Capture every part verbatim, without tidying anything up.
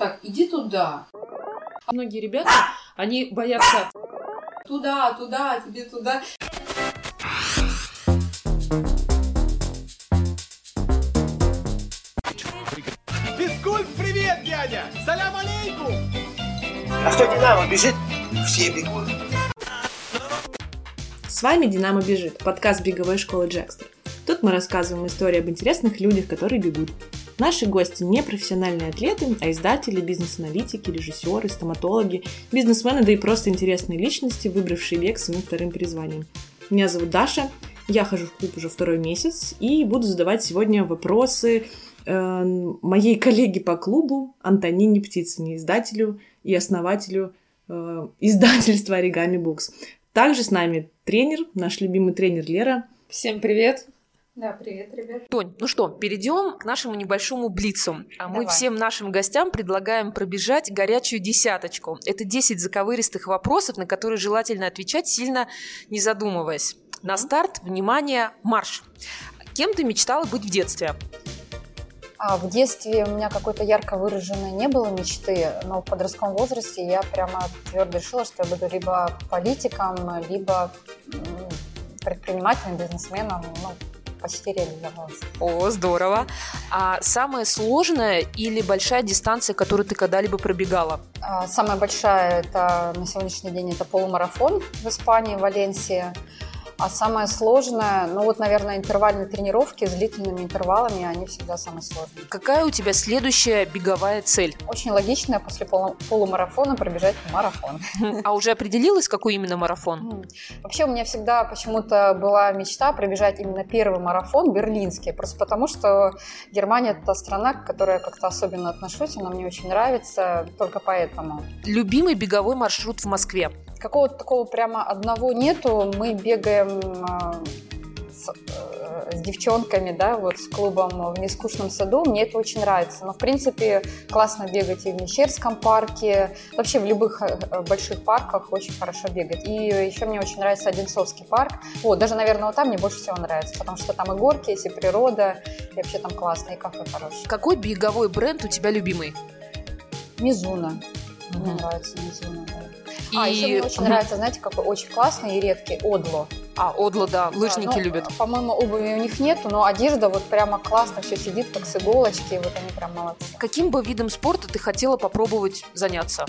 Так, иди туда. Многие ребята, они боятся... Туда, туда, тебе туда. Физкульт, привет, дядя! Салям алейкум! А что Динамо бежит? Все бегут. С вами «Динамо бежит» – подкаст беговой школы Джекстер. Тут мы рассказываем истории об интересных людях, которые бегут. Наши гости не профессиональные атлеты, а издатели, бизнес-аналитики, режиссеры, стоматологи, бизнесмены, да и просто интересные личности, выбравшие бег своим вторым призванием. Меня зовут Даша, я хожу в клуб уже второй месяц и буду задавать сегодня вопросы э, моей коллеге по клубу Антонине Птицыне, издателю и основателю э, издательства Origami Books. Также с нами тренер, наш любимый тренер Лера. Всем привет! Да, привет, ребят. Тонь, ну что, перейдем к нашему небольшому блицу. А мы Давай. всем нашим гостям предлагаем пробежать горячую десяточку. Это десять заковыристых вопросов, на которые желательно отвечать, сильно не задумываясь. На старт, внимание, марш! Кем ты мечтала быть в детстве? А в детстве у меня какой-то ярко выраженной не было мечты, но в подростковом возрасте я прямо твердо решила, что я буду либо политиком, либо предпринимателем, бизнесменом, ну, почти реализовалась. О, здорово! А самая сложная или большая дистанция, которую ты когда-либо пробегала? А самая большая это на сегодняшний день это полумарафон в Испании, в Валенсии. А самое сложное, ну вот, наверное, интервальные тренировки с длительными интервалами, они всегда самые сложные. Какая у тебя следующая беговая цель? Очень логично после полу- полумарафона пробежать марафон. А уже определилась, какой именно марафон? Вообще у меня всегда почему-то была мечта пробежать именно первый марафон берлинский, просто потому что Германия – это та страна, к которой я как-то особенно отношусь, она мне очень нравится, только поэтому. Любимый беговой маршрут в Москве? Какого-то такого прямо одного нету. Мы бегаем э, с, э, с девчонками, да, вот с клубом в Нескучном саду. Мне это очень нравится. Но, в принципе, классно бегать и в Мещерском парке. Вообще в любых э, больших парках очень хорошо бегать. И еще мне очень нравится Одинцовский парк. Вот, даже, наверное, вот там мне больше всего нравится, потому что там и горки, есть и природа, и вообще там классно, и кафе хорошее. Какой беговой бренд у тебя любимый? Мизуна. Mm-hmm. Мне нравится Мизуна, да. И... А, еще мне очень mm-hmm. нравится, знаете, какой очень классный и редкий Одло. А, Одло, да, лыжники да, ну, любят. По-моему, обуви у них нету, но одежда вот прямо классно, все сидит как с иголочки, вот они прям молодцы. Каким бы видом спорта ты хотела попробовать заняться?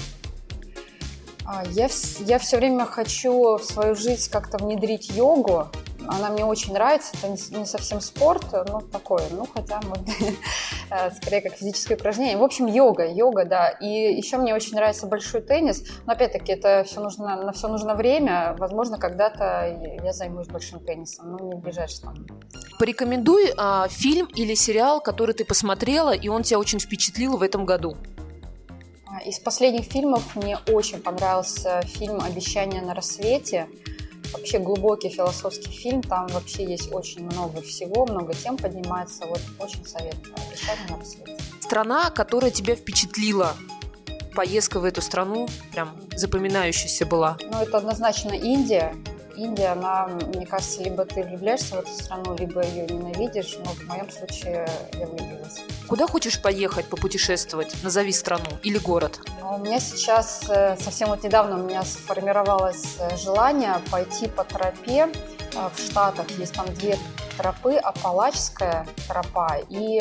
А, я, я все время хочу в свою жизнь как-то внедрить йогу. Она мне очень нравится, это не, не совсем спорт, но такое, ну хотя может, скорее как физическое упражнение. В общем, йога, йога, да. И еще мне очень нравится большой теннис, но опять-таки это все нужно, на все нужно время. Возможно, когда-то я займусь большим теннисом, но не в ближайшее там. Порекомендуй а, фильм или сериал, который ты посмотрела, и он тебя очень впечатлил в этом году. Из последних фильмов мне очень понравился фильм «Обещание на рассвете». Вообще глубокий философский фильм, там вообще есть очень много всего, много тем поднимается, вот очень советую. «Обещание на рассвете». Страна, которая тебя впечатлила, поездка в эту страну прям запоминающаяся была? Ну, это однозначно Индия. Индия, она, мне кажется, либо ты влюбляешься в эту страну, либо ее ненавидишь, но в моем случае я влюбилась. Куда хочешь поехать, попутешествовать? Назови страну или город. У меня сейчас, совсем вот недавно у меня сформировалось желание пойти по тропе в Штатах. Есть там две тропы, Апалачская тропа и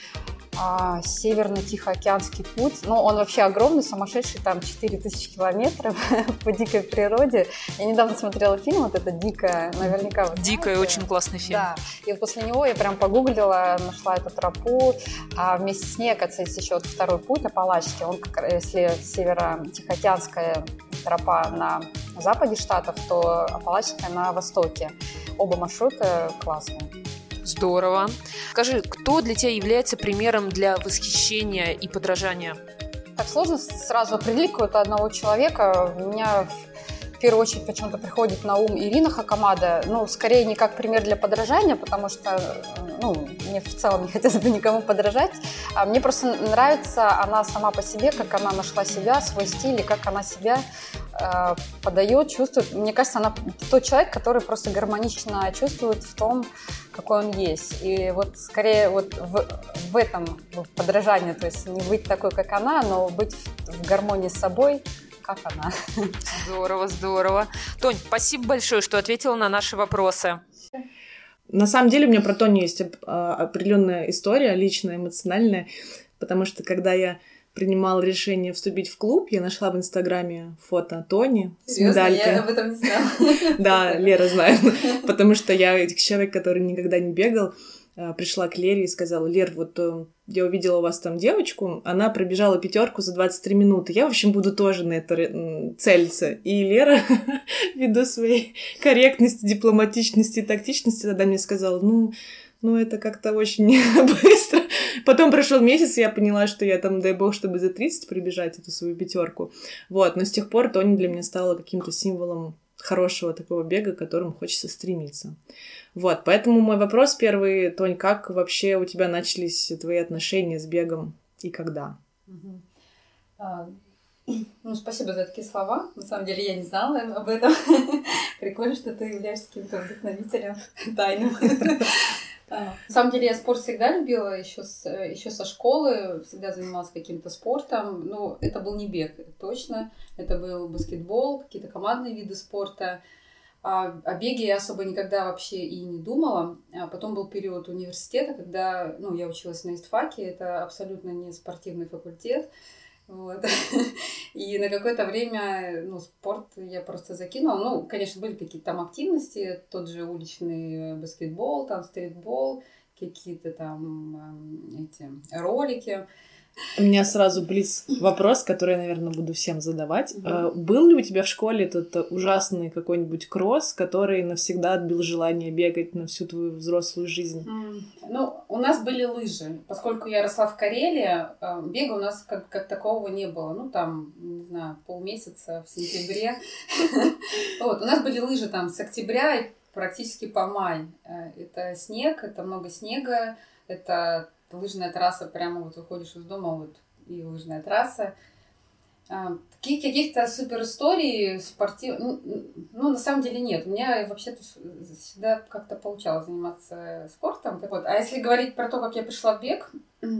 а, Северно-Тихоокеанский путь. Ну, он вообще огромный, сумасшедший, там четыре тысячи километров по дикой природе. Я недавно смотрела фильм, вот это «Дикая», наверняка вы знаете. «Дикая» очень классный фильм. Да, и вот после него я прям погуглила, нашла эту тропу, а вместе с ней, оказывается, есть еще вот второй путь, Апалачский. Он, как, если Северо-Тихоокеанская тропа на западе Штатов, то Апалачская на востоке. Оба маршрута классные. Здорово. Скажи, кто для тебя является примером для восхищения и подражания? Так сложно сразу определить какого-то одного человека. У меня в первую очередь почему-то приходит на ум Ирина Хакамада. Ну, скорее не как пример для подражания, потому что, ну, мне в целом не хотелось бы никому подражать. А мне просто нравится она сама по себе, как она нашла себя, свой стиль, и как она себя э, подает, чувствует. Мне кажется, она тот человек, который просто гармонично чувствует в том, какой он есть. И вот скорее вот в, в этом подражании, то есть не быть такой, как она, но быть в гармонии с собой, как она. Здорово, здорово. Тонь, спасибо большое, что ответила на наши вопросы. На самом деле у меня про Тоню есть определенная история, личная, эмоциональная, потому что когда я принимала решение вступить в клуб, я нашла в Инстаграме фото Тони с медалькой. Я об этом не знала. Да, Лера знает, потому что я человек, который никогда не бегал, пришла к Лере и сказала: Лер, вот я увидела у вас там девочку, она пробежала пятерку за двадцать три минуты, я, в общем, буду тоже на это целиться. И Лера, ввиду своей корректности, дипломатичности и тактичности, тогда мне сказала: ну, ну это как-то очень быстро. Потом прошел месяц, и я поняла, что я там, дай бог, чтобы за тридцать пробежать эту свою пятерку. Вот, но с тех пор Тоня для меня стала каким-то символом хорошего такого бега, к которому хочется стремиться. Вот, поэтому мой вопрос первый, Тонь, как вообще у тебя начались твои отношения с бегом и когда? Угу. А, ну, спасибо за такие слова. На самом деле я не знала об этом. Прикольно, что ты являешься каким-то вдохновителем тайным. На самом деле я спорт всегда любила, еще, с, еще со школы, всегда занималась каким-то спортом. Ну, это был не бег, точно. Это был баскетбол, какие-то командные виды спорта. А о беге я особо никогда вообще и не думала. А потом был период университета, когда, ну, я училась на истфаке, это абсолютно не спортивный факультет. Вот. И на какое-то время, ну, спорт я просто закинула. Ну, конечно, были какие-то там активности, тот же уличный баскетбол, там стритбол, какие-то там эти ролики. У меня сразу блиц вопрос, который я, наверное, буду всем задавать. Mm-hmm. Был ли у тебя в школе этот ужасный какой-нибудь кросс, который навсегда отбил желание бегать на всю твою взрослую жизнь? Mm. Ну, у нас были лыжи. Поскольку я росла в Карелии, бега у нас как, как такового не было. Ну, там, не знаю, полмесяца в сентябре. Вот, у нас были лыжи там с октября и практически по май. Это снег, это много снега, это лыжная трасса, прямо вот выходишь из дома, вот и лыжная трасса. А, таких каких-то супер историй спортивных, ну, ну, на самом деле нет. У меня вообще-то всегда как-то получалось заниматься спортом. Вот. А если говорить про то, как я пришла в бег,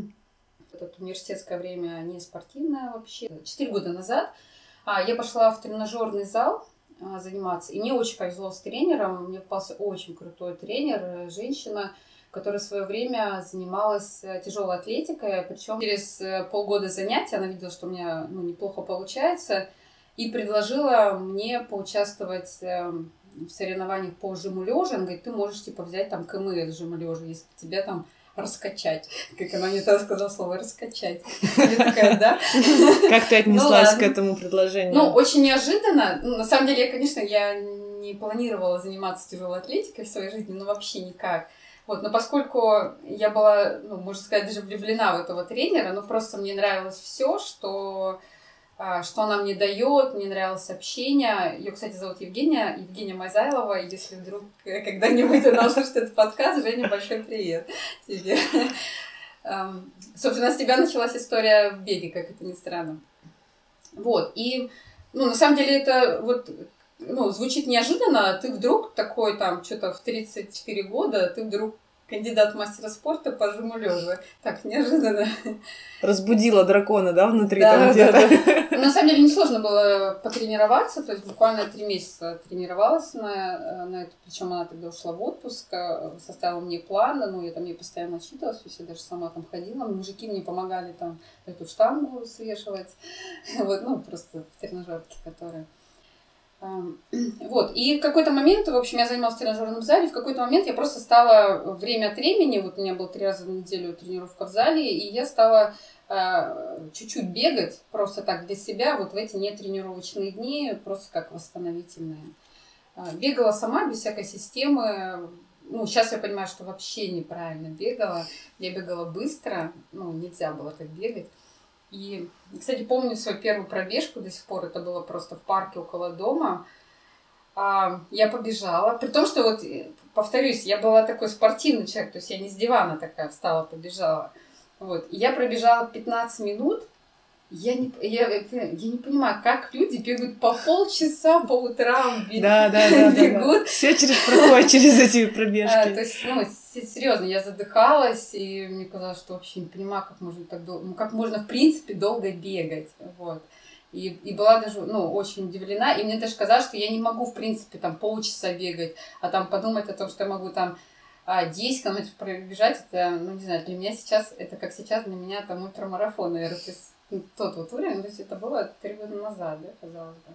это университетское время не спортивное вообще. Четыре года назад а, я пошла в тренажерный зал а, заниматься, и мне очень повезло с тренером. Мне попался очень крутой тренер, женщина, которая в свое время занималась тяжелой атлетикой, причем через полгода занятий она видела, что у меня, ну, неплохо получается, и предложила мне поучаствовать в соревнованиях по жиму лежа. Она говорит, ты можешь типа взять там КМ с жима лежа, если тебя там раскачать. Как она мне тогда сказала слово раскачать. Я такая, да. Как ты отнеслась к этому предложению? Ну, очень неожиданно. На самом деле, я, конечно, я не планировала заниматься тяжелой атлетикой в своей жизни, но вообще никак. Вот, но поскольку я была, ну, можно сказать, даже влюблена в этого тренера, ну, просто мне нравилось все, что, что она мне дает, мне нравилось общение. Ее, кстати, зовут Евгения, Евгения Мазайлова. Если вдруг когда-нибудь она услышит этот подкаст, Женя, большой привет тебе. Собственно, с тебя началась история в беге, как это ни странно. Вот, и, ну, на самом деле это вот... Ну, звучит неожиданно, ты вдруг такой там, что-то в тридцать четыре года, ты вдруг кандидат в мастера спорта по жиму лежа. Так, неожиданно. Разбудила дракона, да, внутри да, там да, где-то? Да. На самом деле несложно было потренироваться, то есть буквально три месяца тренировалась на, на это, причем она тогда ушла в отпуск, составила мне план, ну, я там ей постоянно отчитывалась, то есть я даже сама там ходила, мужики мне помогали там эту штангу свешивать, вот, ну, просто в тренажерке, которые... Вот, и в какой-то момент, в общем, я занималась в тренажерном зале, в какой-то момент я просто стала время от времени, вот у меня было три раза в неделю тренировка в зале, и я стала э, чуть-чуть бегать, просто так для себя, вот в эти нетренировочные дни, просто как восстановительные. Бегала сама, без всякой системы. Ну, сейчас я понимаю, что вообще неправильно бегала. Я бегала быстро, ну, нельзя было так бегать. И, кстати, помню свою первую пробежку до сих пор, это было просто в парке около дома. А, я побежала, при том, что, вот, повторюсь, я была такой спортивный человек, то есть я не с дивана такая встала, побежала. Вот. И я пробежала пятнадцать минут, Я не, я, я не понимаю, как люди бегают по полчаса по утрам, бегут. Да, да, да, да, да. Все через проходят через эти пробежки. А, то есть, ну, серьезно, я задыхалась, и мне казалось, что вообще не понимаю, как можно так долго, ну, как можно, в принципе, долго бегать, вот. И, и была даже, ну, очень удивлена, и мне даже казалось, что я не могу, в принципе, там, полчаса бегать, а там подумать о том, что я могу там десять километров пробежать, это, ну, не знаю, для меня сейчас, это как сейчас для меня там ультрамарафон, наверное, то есть тот вот уровень, то есть это было три года назад, да, казалось бы.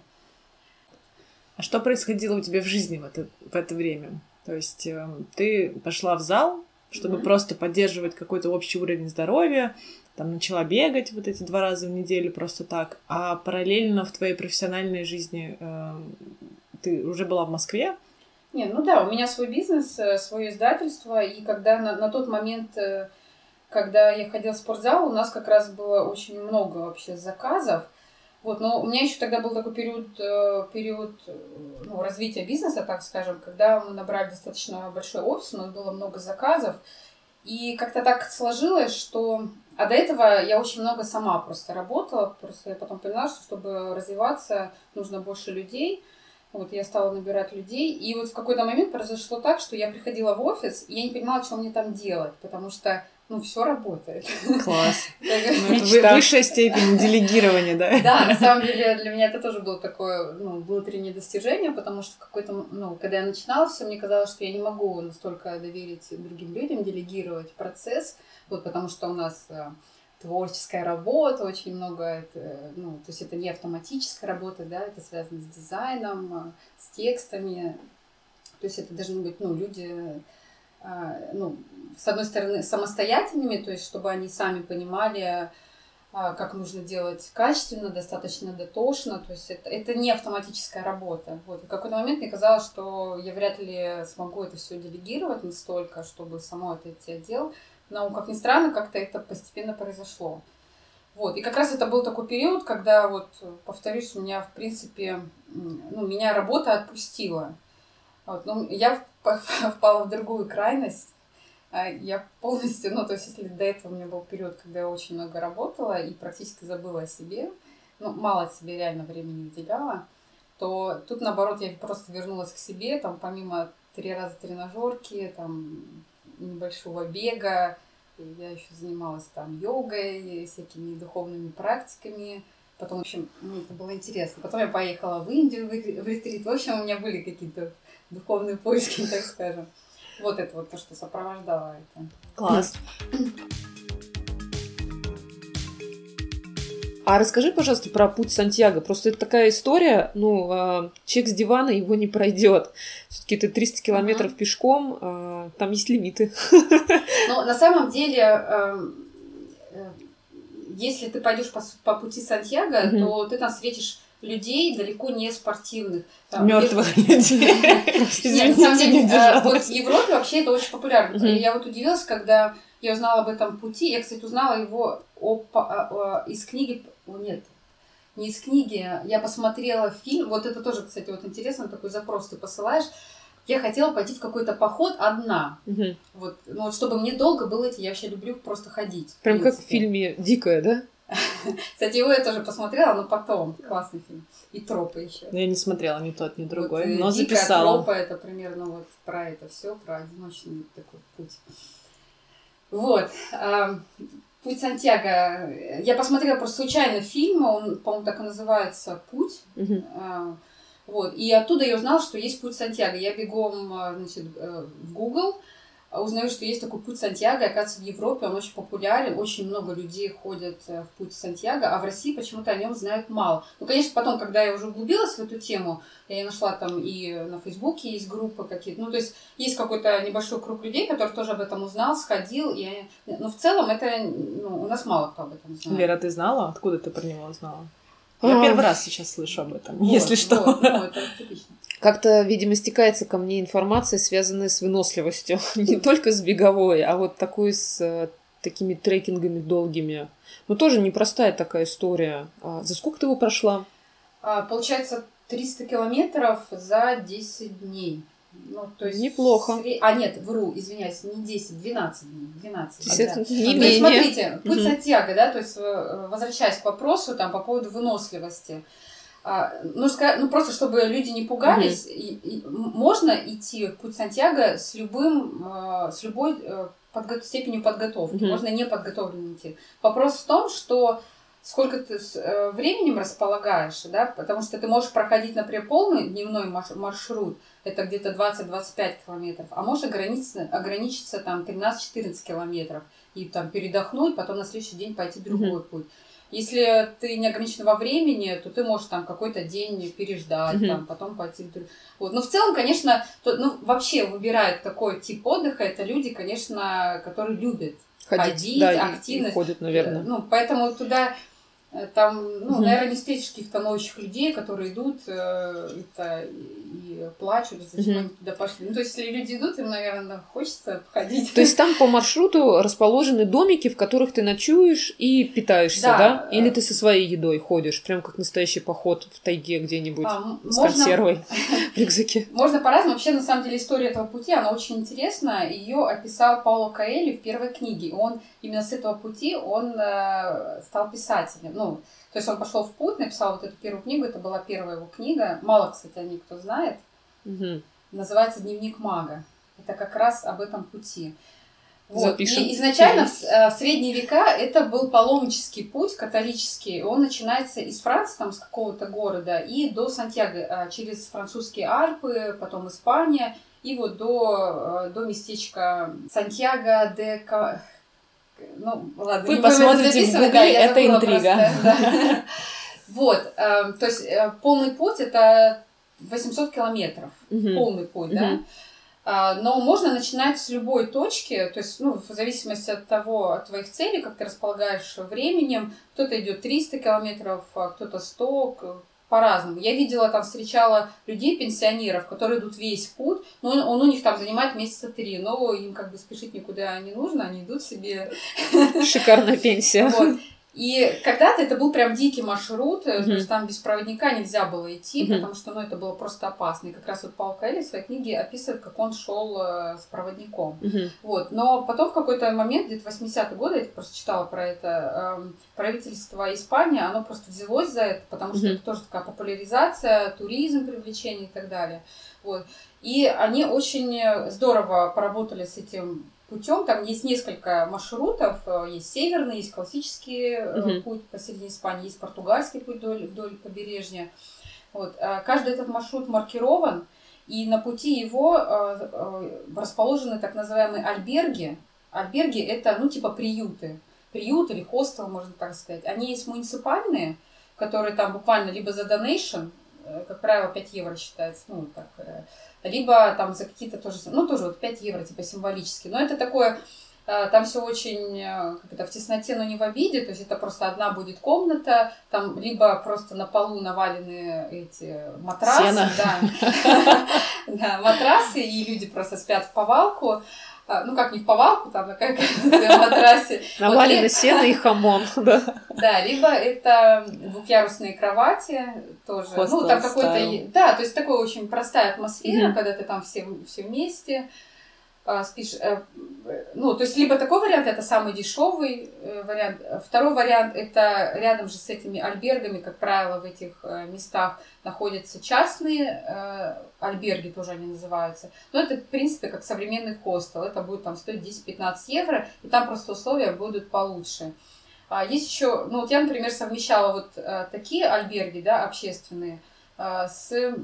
А что происходило у тебя в жизни в это, в это время? То есть э, ты пошла в зал, чтобы mm-hmm. просто поддерживать какой-то общий уровень здоровья, там начала бегать вот эти два раза в неделю просто так, а параллельно в твоей профессиональной жизни э, ты уже была в Москве? Не, ну да, у меня свой бизнес, свое издательство, и когда на, на тот момент, когда я ходила в спортзал, у нас как раз было очень много вообще заказов. Вот, но у меня еще тогда был такой период, период ну, развития бизнеса, так скажем, когда мы набрали достаточно большой офис, у нас было много заказов, и как-то так сложилось, что... А до этого я очень много сама просто работала, просто я потом поняла, что чтобы развиваться, нужно больше людей. Вот я стала набирать людей, и вот в какой-то момент произошло так, что я приходила в офис, и я не понимала, что мне там делать, потому что, ну, все работает. Класс. Это высшая степень делегирования, да? Да, на самом деле для меня это тоже было такое, ну, внутреннее достижение, потому что в какой-то, ну, когда я начинала все, мне казалось, что я не могу настолько доверить другим людям, делегировать процесс, вот, потому что у нас творческая работа, очень много, это, ну, то есть это не автоматическая работа, да, это связано с дизайном, с текстами, то есть это должны быть, ну, люди, ну, с одной стороны, самостоятельными, то есть чтобы они сами понимали, как нужно делать качественно, достаточно дотошно, то есть это, это не автоматическая работа. Вот. И в какой-то момент мне казалось, что я вряд ли смогу это все делегировать настолько, чтобы само это идти отдел. Но, как ни странно, как-то это постепенно произошло. Вот. И как раз это был такой период, когда, вот, повторюсь, у меня, в принципе, ну, меня работа отпустила. Вот. Но я впала в другую крайность. Я полностью, ну, то есть, если до этого у меня был период, когда я очень много работала и практически забыла о себе, ну, мало себе реально времени уделяла, то тут, наоборот, я просто вернулась к себе, там, помимо три раза тренажерки, там, небольшого бега, я еще занималась там йогой, всякими духовными практиками. Потом, в общем, мне это было интересно. Потом я поехала в Индию, в ретрит. В общем, у меня были какие-то духовные поиски, так скажем. Вот это вот то, что сопровождало это. Класс. А расскажи, пожалуйста, про путь Сантьяго. Просто это такая история, ну, человек с дивана его не пройдет. Все-таки это триста километров uh-huh. пешком, там есть лимиты. Ну, на самом деле, если ты пойдешь по, по пути Сантьяго, uh-huh. то ты там встретишь людей далеко не спортивных. Мертвых людей. Нет, на самом деле, вот в Европе вообще это очень популярно. Uh-huh. Я вот удивилась, когда я узнала об этом пути. Я, кстати, узнала его из книги... Нет, не из книги. Я посмотрела фильм. Вот это тоже, кстати, вот интересно, такой запрос ты посылаешь. Я хотела пойти в какой-то поход одна. Uh-huh. Вот, ну, вот, чтобы мне долго было идти. Я вообще люблю просто ходить. Прям как в фильме «Дикая», да? Кстати, его я тоже посмотрела, но потом. Классный фильм. И «Тропы» еще. Я не смотрела ни тот, ни другой, вот, но «Дикая записала. Тропа» — это примерно вот про это все, про одиночный такой путь. Вот. «Путь Сантьяго». Я посмотрела просто случайно фильм, он, по-моему, так и называется «Путь». Uh-huh. Вот. И оттуда я узнала, что есть «Путь Сантьяго». Я бегом, значит, в Google узнаю, что есть такой «Путь Сантьяго». Оказывается, в Европе он очень популярен, очень много людей ходят в «Путь Сантьяго», а в России почему-то о нем знают мало. Ну, конечно, потом, когда я уже углубилась в эту тему, я нашла там и на Фейсбуке есть группы какие-то. Ну, то есть есть какой-то небольшой круг людей, который тоже об этом узнал, сходил. И... Но в целом это, ну, у нас мало кто об этом знает. Лера, ты знала? Откуда ты про него узнала? Я первый раз сейчас слышу об этом, вот, если что. Вот, ну, это типично. Как-то, видимо, стекается ко мне информация, связанная с выносливостью. Не только с беговой, а вот такой с э, такими трекингами долгими. Ну, тоже непростая такая история. А за сколько ты его прошла? А, получается, триста километров за десять дней. Ну, то есть неплохо. Сред... А, нет, вру, извиняюсь, не десять, двенадцать дней. двенадцать, то есть да. это не То менее. есть, смотрите, путь Мгм. Сантьяго, да, то есть, возвращаясь к вопросу там, по поводу выносливости. А, ну, ска- ну, просто чтобы люди не пугались, и- и можно идти в путь Сантьяго с любым, э, с любой э, подго- степенью подготовки. Мгм. Можно не подготовленным идти. Вопрос в том, что сколько ты с э, временем располагаешь, да, потому что ты можешь проходить, например, полный дневной марш- маршрут, это где-то двадцать-двадцать пять километров, а можешь ограничиться, ограничиться там тринадцать-четырнадцать километров и там передохнуть, потом на следующий день пойти другой Мгм. путь. Если ты не ограничен во времени, то ты можешь там какой-то день переждать, Мгм. там, потом пойти в друг- Вот. Но в целом, конечно, то, ну, вообще выбирают такой тип отдыха, это люди, конечно, которые любят Ходить, ходить, да, и- активно. и ходят, наверное. Ну, поэтому туда э, там, ну, Мгм. наверное, не встретишь каких-то ноющих людей, которые идут э, это, и, и плачут, зачем Мгм. они туда пошли. Ну, то есть, если люди идут, им, наверное, хочется ходить. То есть там по маршруту расположены домики, в которых ты ночуешь и питаешься, да? Да. Или ты со своей едой ходишь, прям как настоящий поход в тайге где-нибудь А, м- с можно- консервой в рюкзаке. Можно по-разному. Вообще, на самом деле, история этого пути, она очень интересна. Ее описал Пауло Коэльо в первой книге. И он именно с этого пути он э, стал писателем. Ну, то есть он пошел в путь, написал вот эту первую книгу. Это была первая его книга. Мало, кстати, о ней кто знает. Мгм. Называется «Дневник мага». Это как раз об этом пути. Вот. Запишем. И изначально в, э, в средние века это был паломнический путь, католический. Он начинается из Франции, там, с какого-то города, и до Сантьяго, э, через французские Альпы, потом Испания, и вот до, э, до местечка Сантьяго де... Ка- Ну, ладно, Вы не будем это посмотрите в записывать, Гугле, да, я это забыла интрига. просто, да. Вот, э, то есть э, полный путь это восемьсот километров. Мгм. Полный путь, да. Мгм. А, Но можно начинать с любой точки, то есть, ну, в зависимости от того, от твоих целей, как ты располагаешь временем, кто-то идет триста километров, а кто-то сто, к- по-разному. Я видела, там, встречала людей, пенсионеров, которые идут весь путь, но он, он у них там занимает месяца три, но им как бы спешить никуда не нужно, они идут себе. Шикарная пенсия. Вот. И когда-то это был прям дикий маршрут, Мгм. то есть там без проводника нельзя было идти, Мгм. потому что, ну, это было просто опасно. И как раз вот Пауло Коэльо в своей книге описывает, как он шел э, с проводником. Мгм. Вот. Но потом в какой-то момент, где-то в восьмидесятые годы, я просто читала про это, эм, правительство Испании, оно просто взялось за это, потому что Мгм. это тоже такая популяризация, туризм, привлечение и так далее. Вот. И они очень здорово поработали с этим путем. Там есть несколько маршрутов. э, Есть северный, есть классический э, Мгм. путь посередине Испании, есть португальский путь вдоль, вдоль побережья. Вот. А Каждый этот маршрут маркирован, и на пути его э, э, расположены так называемые альберги. Альберги – это, ну, типа приюты. Приют или хостел, можно так сказать. Они есть муниципальные, которые там буквально либо за донейшн, э, как правило, пять евро считается, ну, так, э, либо там за какие-то тоже, ну, тоже вот пять евро, типа символически. Но это такое, э, там все очень, э, как это, в тесноте, но не в обиде, то есть это просто одна будет комната, там либо просто на полу навалены эти матрасы, Сено. да, да, матрасы, и люди просто спят в повалку. А, Ну, как не в повалку, там, на как на матрасе. Навалено Вот, сено и хамон, да. да, либо это двухъярусные кровати тоже. Хостел Ну, там какой-то... стайл. е- Да, то есть такая очень простая атмосфера, Мгм. когда ты там все, все вместе а, спишь. Э, э, Ну, то есть либо такой вариант, это самый дешевый э, вариант. Второй вариант, это рядом же с этими альбергами, как правило, в этих э, местах находятся частные э, альберги, тоже они называются. Но это, в принципе, как современный хостел. Это будет там стоить десять-пятнадцать евро, и там просто условия будут получше. А есть еще, ну вот я, например, совмещала вот э, такие альберги, да, общественные, э, с, э,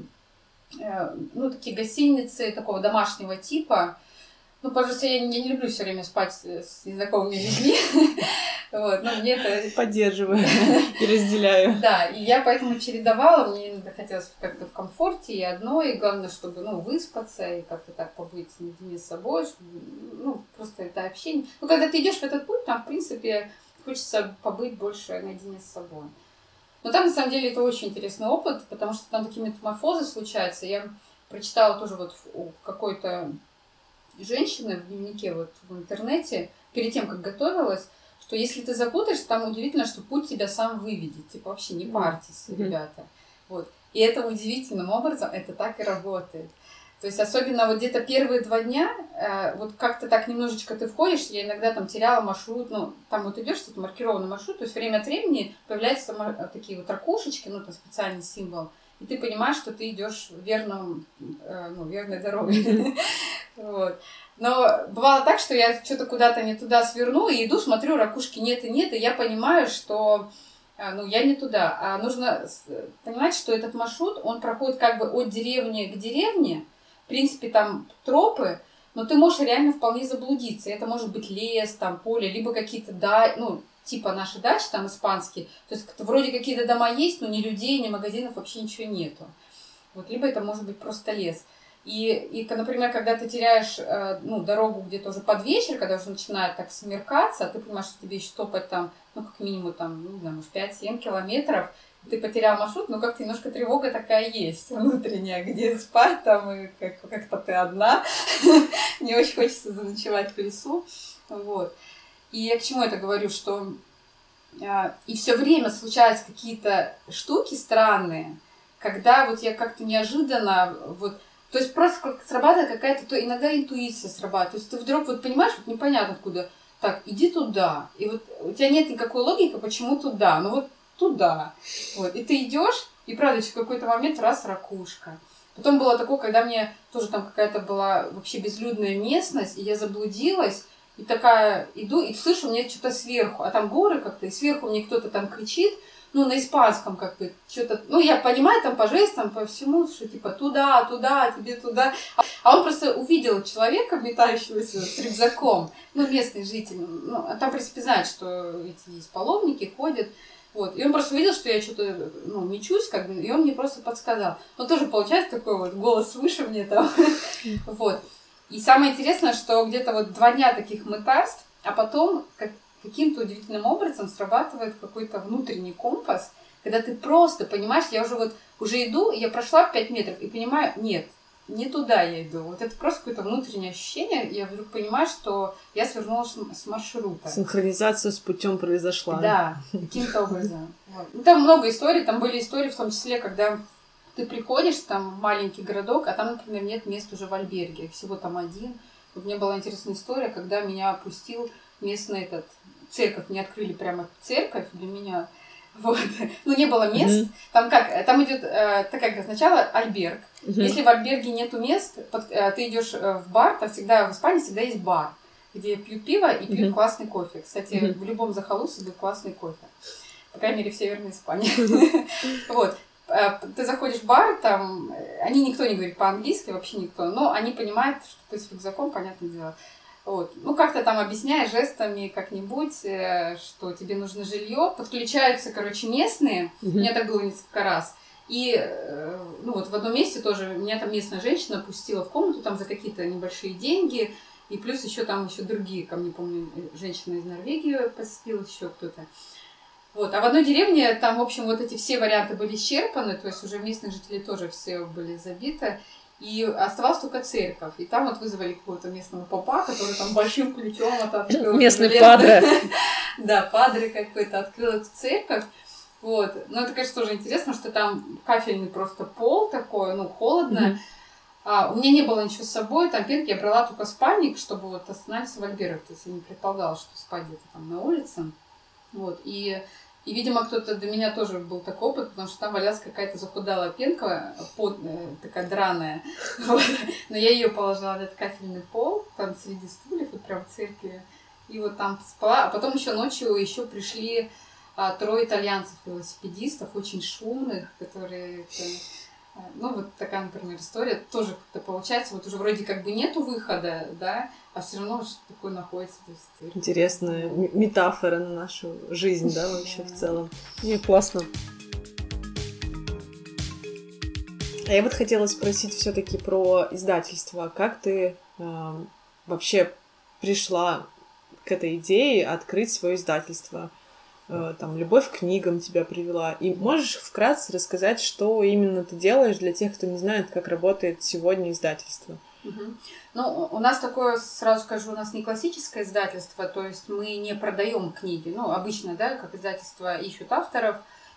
ну, такие гостиницы такого домашнего типа. Ну, пожалуйста, я не, я не люблю все время спать с, с незнакомыми людьми. Вот, но мне это... Поддерживаю и разделяю. Да, и я поэтому чередовала, мне иногда хотелось как-то в комфорте и одно, и главное, чтобы, ну, выспаться и как-то так побыть наедине с собой, чтобы, ну, просто это общение. Ну, когда ты идешь в этот путь, там, в принципе, хочется побыть больше наедине с собой. Но там, на самом деле, это очень интересный опыт, потому что там такие метаморфозы случаются. Я прочитала тоже вот у какой-то женщины в дневнике вот в интернете, перед тем, как готовилась, что если ты запутаешься, там удивительно, что путь тебя сам выведет. Типа вообще не парьтесь, Mm-hmm. ребята. Вот. И это удивительным образом, это так и работает. То есть особенно вот где-то первые два дня, э, вот как-то так немножечко ты входишь, я иногда там теряла маршрут, ну, там вот идешь, это маркированный маршрут, то есть время от времени появляются такие вот ракушечки, ну, там специальный символ, и ты понимаешь, что ты идешь верным, э, ну, верной дорогой. Вот. Но бывало так, что я что-то куда-то не туда сверну, и иду, смотрю, ракушки нет и нет, и я понимаю, что ну, я не туда. А нужно понимать, что этот маршрут, он проходит как бы от деревни к деревне, в принципе, там тропы, но ты можешь реально вполне заблудиться. Это может быть лес, там, поле, либо какие-то, да, ну, типа наши дачи, там, испанские. То есть вроде какие-то дома есть, но ни людей, ни магазинов, вообще ничего нету. Вот, либо это может быть просто лес. И, и, например, когда ты теряешь ну, дорогу где-то уже под вечер, когда уже начинает так смеркаться, ты понимаешь, что тебе еще топать там, ну, как минимум, там, ну, не знаю, может, пять-семь километров, ты потерял маршрут, но как-то немножко тревога такая есть внутренняя, где спать там, и как- как-то ты одна, не очень хочется заночевать в лесу, вот. И я к чему это говорю, что а, и все время случаются какие-то штуки странные, когда вот я как-то неожиданно, вот, то есть просто как срабатывает какая-то, то иногда интуиция срабатывает, то есть ты вдруг вот понимаешь, вот непонятно откуда, так, иди туда, и вот у тебя нет никакой логики, почему туда, ну вот туда, вот, и ты идешь, и правда, в какой-то момент раз ракушка. Потом было такое, когда мне тоже там какая-то была вообще безлюдная местность, и я заблудилась, и такая иду, и слышу, мне что-то сверху, а там горы как-то, и сверху мне кто-то там кричит, ну, на испанском как бы, что-то, ну, я понимаю там по жестам, по всему, что типа туда, туда, тебе туда. А он просто увидел человека, метающегося с рюкзаком, ну, местный житель, ну, а там, в принципе, знает, что эти есть паломники, ходят, вот. И он просто увидел, что я что-то, ну, мечусь, как бы, и он мне просто подсказал. Он тоже, получается, такой вот голос выше мне там, вот. И самое интересное, что где-то вот два дня таких мытарств, а потом как, каким-то удивительным образом срабатывает какой-то внутренний компас, когда ты просто понимаешь, я уже вот уже иду, я прошла пять метров и понимаю, нет, не туда я иду. Вот это просто какое-то внутреннее ощущение, я вдруг понимаю, что я свернула с, с маршрута. Синхронизация с путем произошла. Да, каким-то образом. Вот. Ну, там много историй, там были истории в том числе, когда ты приходишь, там маленький городок, а там, например, нет мест уже в альберге, всего там один. Вот мне была интересная история, когда меня опустил местный этот церковь, мне открыли прямо церковь для меня. Вот. Ну, не было мест. Mm-hmm. Там как, там идет э, такая, как сначала альберг. Mm-hmm. Если в альберге нету мест, под, э, ты идешь в бар, там всегда в Испании всегда есть бар, где пьют пиво и пьют mm-hmm. классный кофе. Кстати, mm-hmm. в любом захолустье будет классный кофе. По крайней мере, в Северной Испании. Вот. Ты заходишь в бар, там, они никто не говорит по-английски, вообще никто, но они понимают, что ты с рюкзаком, понятное дело. Вот. Ну, как-то там объясняешь жестами как-нибудь, что тебе нужно жилье. Подключаются, короче, местные. Mm-hmm. У меня так было несколько раз. И, ну, вот в одном месте тоже меня там местная женщина пустила в комнату там за какие-то небольшие деньги. И плюс еще там еще другие, ко мне, помню, женщина из Норвегии посетила, еще кто-то. Вот. А в одной деревне там, в общем, вот эти все варианты были исчерпаны, то есть уже местных жителей тоже все были забиты, и оставалась только церковь. И там вот вызвали какого-то местного попа, который там большим ключом это открыл. Местный падре. Да, падре какой-то открыл эту церковь. Вот. Но это, конечно, тоже интересно, что там кафельный просто пол такой, ну, холодно. А, у меня не было ничего с собой, там пенки, я брала только спальник, чтобы вот остановиться в альбергах. То есть я не предполагала, что спать где-то там на улице. Вот, и, и, видимо, кто-то до меня тоже был такой опыт, потому что там валялась какая-то захудалая пенка, под, э, такая драная, вот. Но я ее положила на этот кафельный пол, там среди стульев, вот прям в церкви, и вот там спала. А потом еще ночью еще пришли а, трое итальянцев-велосипедистов, очень шумных, которые... Ну, вот такая, например, история. Тоже как-то получается, вот уже вроде как бы нету выхода, да, а все равно что-то такое находится. То есть... Интересная м- метафора на нашу жизнь, да, вообще в целом. Не, классно. А я вот хотела спросить все-таки про издательство. Как ты э, вообще пришла к этой идее открыть свое издательство? Там, любовь к книгам тебя привела. И можешь вкратце рассказать, что именно ты делаешь для тех, кто не знает, как работает сегодня издательство? Угу. Ну, у нас такое, сразу скажу, у нас не классическое издательство, то есть мы не продаем книги. Ну, обычно, да, как издательство ищут авторов,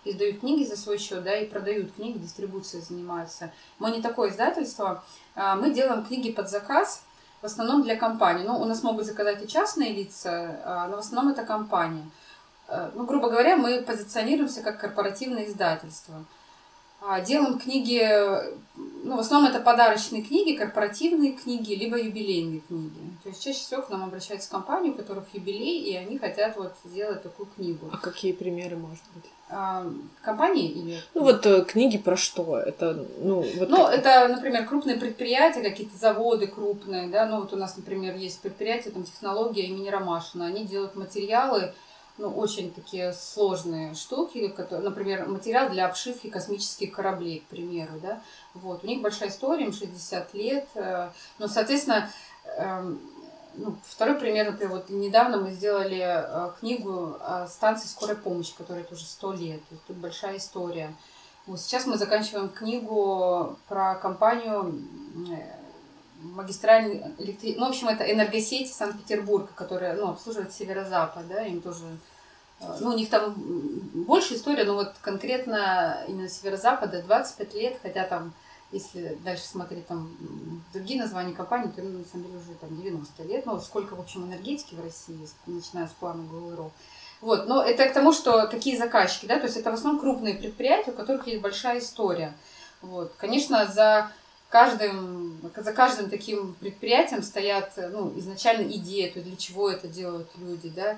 издают книги за свой счет, да, и продают книги, дистрибуцией занимаются. Мы не такое издательство. Мы делаем книги под заказ, в основном для компаний. Ну, у нас могут заказать и частные лица, но в основном это компании. Ну, грубо говоря, мы позиционируемся как корпоративное издательство. Делаем книги, ну, в основном это подарочные книги, корпоративные книги, либо юбилейные книги. То есть чаще всего к нам обращаются компании, у которых юбилей, и они хотят вот сделать такую книгу. А какие примеры, может быть? А, компании или... Ну, вот э, книги про что? Это, ну, вот ну как... это, например, крупные предприятия, какие-то заводы крупные, да, ну, вот у нас, например, есть предприятие, там, технология имени Ромашина, они делают материалы, ну, очень такие сложные штуки, которые, например, материал для обшивки космических кораблей, к примеру, да, вот, у них большая история, им шестьдесят лет, ну, соответственно, ну, второй пример, например, вот недавно мы сделали книгу о станции скорой помощи, которой тоже сто лет, то есть тут большая история. Вот сейчас мы заканчиваем книгу про компанию магистральный электри... Ну, в общем, это энергосети Санкт-Петербурга, которая, ну, обслуживает северо-запад, да, им тоже... Ну, у них там больше история, но вот конкретно именно северо-запада двадцать пять лет, хотя там, если дальше смотреть там другие названия компаний, то на самом деле уже там девяносто лет, ну, вот сколько, в общем, энергетики в России есть, начиная с плана ГУЛРО. Вот, но это к тому, что какие заказчики, да, то есть это в основном крупные предприятия, у которых есть большая история. Вот, конечно, за... Каждым, за каждым таким предприятием стоят, ну, изначально идеи, то есть для чего это делают люди, да,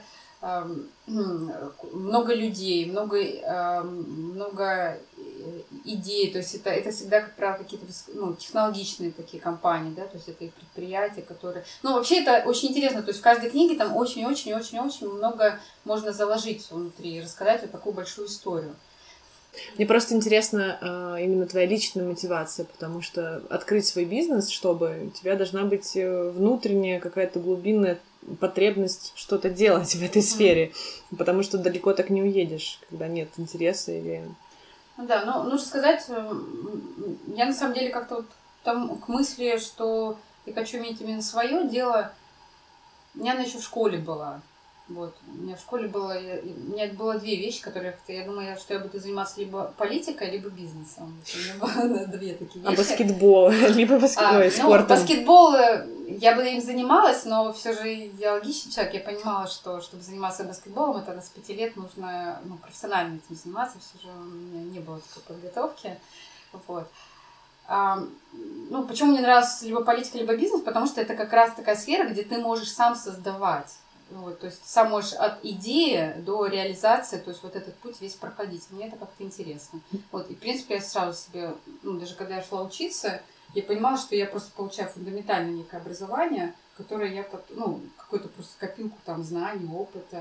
много людей, много, много идей, то есть это, это всегда, как правило, какие-то, ну, технологичные такие компании, да, то есть это и предприятия, которые... Ну, вообще это очень интересно, то есть в каждой книге там очень-очень-очень-очень много можно заложить внутри и рассказать вот такую большую историю. Мне просто интересна э, именно твоя личная мотивация, потому что открыть свой бизнес, чтобы у тебя должна быть внутренняя какая-то глубинная потребность что-то делать в этой сфере, mm-hmm. потому что далеко так не уедешь, когда нет интереса или... Ну да, ну, нужно сказать, я на самом деле как-то вот там к мысли, что я хочу иметь именно свое дело, у меня она еще в школе была. Вот. У меня в школе было, я, у меня было две вещи, которые я думаю, что я буду заниматься либо политикой, либо бизнесом. У меня было две такие вещи. А баскетбол, либо баскетбол, а, спортом? Ну, баскетбол, я бы им занималась, но все же я логичный человек, я понимала, что чтобы заниматься баскетболом, это с пяти лет нужно, ну, профессионально этим заниматься, все же у меня не было такой подготовки. Вот. А, ну, почему мне нравилась либо политика, либо бизнес? Потому что это как раз такая сфера, где ты можешь сам создавать. Вот, то есть сам можешь от идеи до реализации, то есть вот этот путь весь проходить. Мне это как-то интересно. Вот, и в принципе я сразу себе, ну, даже когда я шла учиться, я понимала, что я просто получаю фундаментальное некое образование, которое я, ну, какую-то просто копилку там знаний, опыта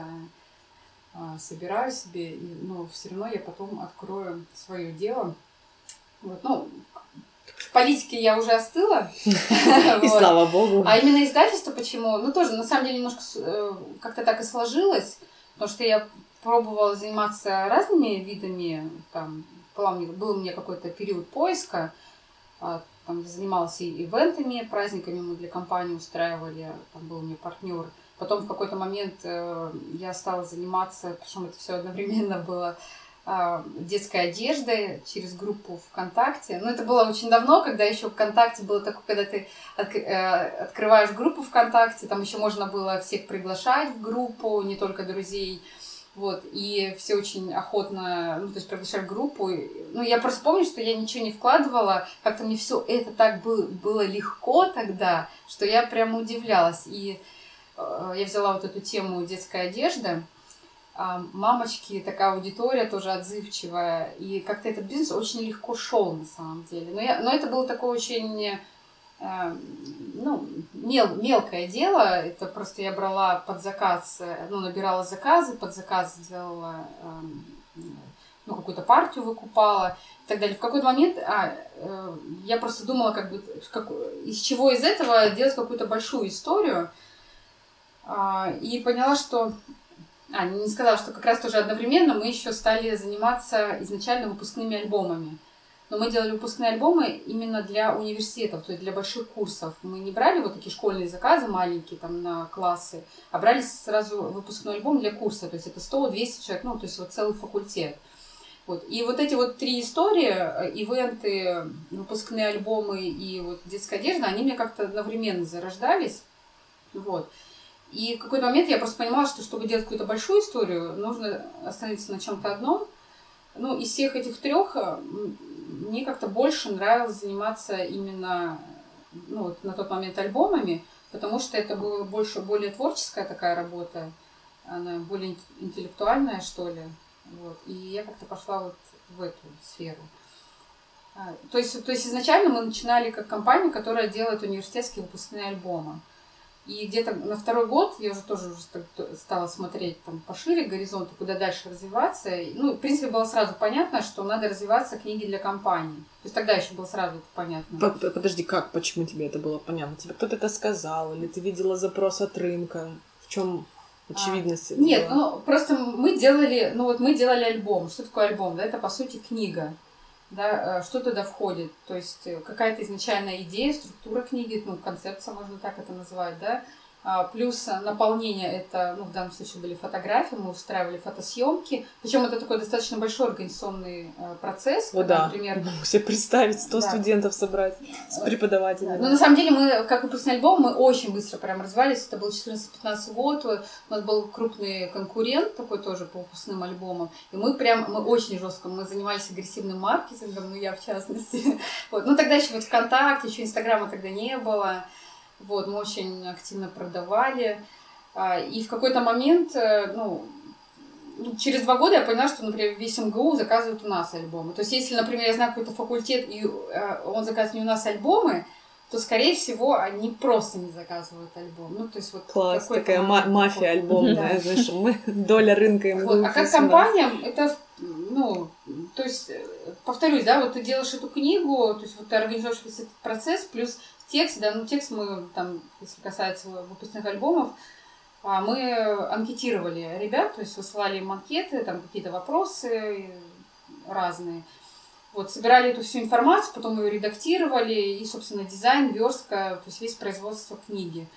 а, собираю себе, и, но все равно я потом открою свое дело. Вот, ну, в политике я уже остыла. И слава богу. А именно издательство почему? Ну, тоже, на самом деле, немножко как-то так и сложилось, потому что я пробовала заниматься разными видами. Там, был у меня какой-то период поиска. Там я занималась и ивентами, праздниками мы для компании устраивали. Там был у меня партнер. Потом в какой-то момент я стала заниматься, причем это все одновременно было, детской одеждой через группу ВКонтакте. Ну, это было очень давно, когда еще ВКонтакте было такое, когда ты открываешь группу ВКонтакте, там еще можно было всех приглашать в группу, не только друзей. Вот, и все очень охотно, ну, то есть приглашали в группу. Ну, я просто помню, что я ничего не вкладывала, как-то мне все это так было, было легко тогда, что я прямо удивлялась. И э, я взяла вот эту тему детской одежды. Мамочки, такая аудитория тоже отзывчивая, и как-то этот бизнес очень легко шел на самом деле. Но, я, но это было такое очень э, ну, мел, мелкое дело, это просто я брала под заказ, ну, набирала заказы, под заказ делала, э, ну, какую-то партию выкупала и так далее. В какой-то момент а, э, я просто думала, как бы, как, из чего из этого делать какую-то большую историю, э, и поняла, что А, не сказала, что как раз тоже одновременно мы еще стали заниматься изначально выпускными альбомами. Но мы делали выпускные альбомы именно для университетов, то есть для больших курсов. Мы не брали вот такие школьные заказы маленькие там на классы, а брали сразу выпускной альбом для курса. То есть это сто-двести человек, ну, то есть вот целый факультет. Вот. И вот эти вот три истории, ивенты, выпускные альбомы и вот детская одежда, они мне как-то одновременно зарождались. Вот. И в какой-то момент я просто понимала, что чтобы делать какую-то большую историю, нужно остановиться на чем-то одном. Ну, из всех этих трех мне как-то больше нравилось заниматься именно, ну, вот на тот момент альбомами, потому что это была больше, более творческая такая работа, она более интеллектуальная, что ли. Вот. И я как-то пошла вот в эту сферу. А, то есть, то есть изначально мы начинали как компания, которая делает университетские выпускные альбомы. И где-то на второй год я уже тоже уже стала смотреть там пошире горизонты, куда дальше развиваться. Ну, в принципе, было сразу понятно, что надо развиваться книги для компаний. То есть тогда еще было сразу это понятно. Подожди, как? Почему тебе это было понятно? Тебе кто-то это сказал? Или ты видела запрос от рынка? В чем очевидность? А, нет, была? Ну просто мы делали, ну вот мы делали альбом. Что такое альбом? Да, это по сути книга. Да, что туда входит? То есть какая-то изначальная идея, структура книги, ну, концепция, можно так это называть, да. Плюс наполнение, это, ну, в данном случае были фотографии, мы устраивали фотосъемки. Причем это такой достаточно большой организационный процесс. О, когда, да. Например, могу себе представить, сто да. студентов собрать с преподавателями. Ну, на самом деле, мы, как выпускной альбом, мы очень быстро прям развивались. Это был четырнадцатый-пятнадцатый год. У нас был крупный конкурент такой тоже по выпускным альбомам. И мы прям, мы очень жестко, мы занимались агрессивным маркетингом, ну, я в частности. Вот. Ну, тогда еще вот ВКонтакте, еще Инстаграма тогда не было. Вот, мы очень активно продавали. И в какой-то момент, ну, через два года я поняла, что, например, весь эм гэ у заказывает у нас альбомы. То есть, если, например, я знаю какой-то факультет, и он заказывает не у нас альбомы, то, скорее всего, они просто не заказывают альбом. Ну, то есть, вот класс, такая ма- мафия альбомная, да. Знаешь, мы доля рынка эм гэ у. Вот. А как компания, это, ну, то есть, повторюсь, да, вот ты делаешь эту книгу, то есть, вот ты организуешь весь этот процесс, плюс текст, да, ну, текст мы, там, если касается выпускных альбомов, мы анкетировали ребят, то есть высылали им анкеты, там какие-то вопросы разные. Вот, собирали эту всю информацию, потом ее редактировали, и, собственно, дизайн, верстка, то есть весь производство книги.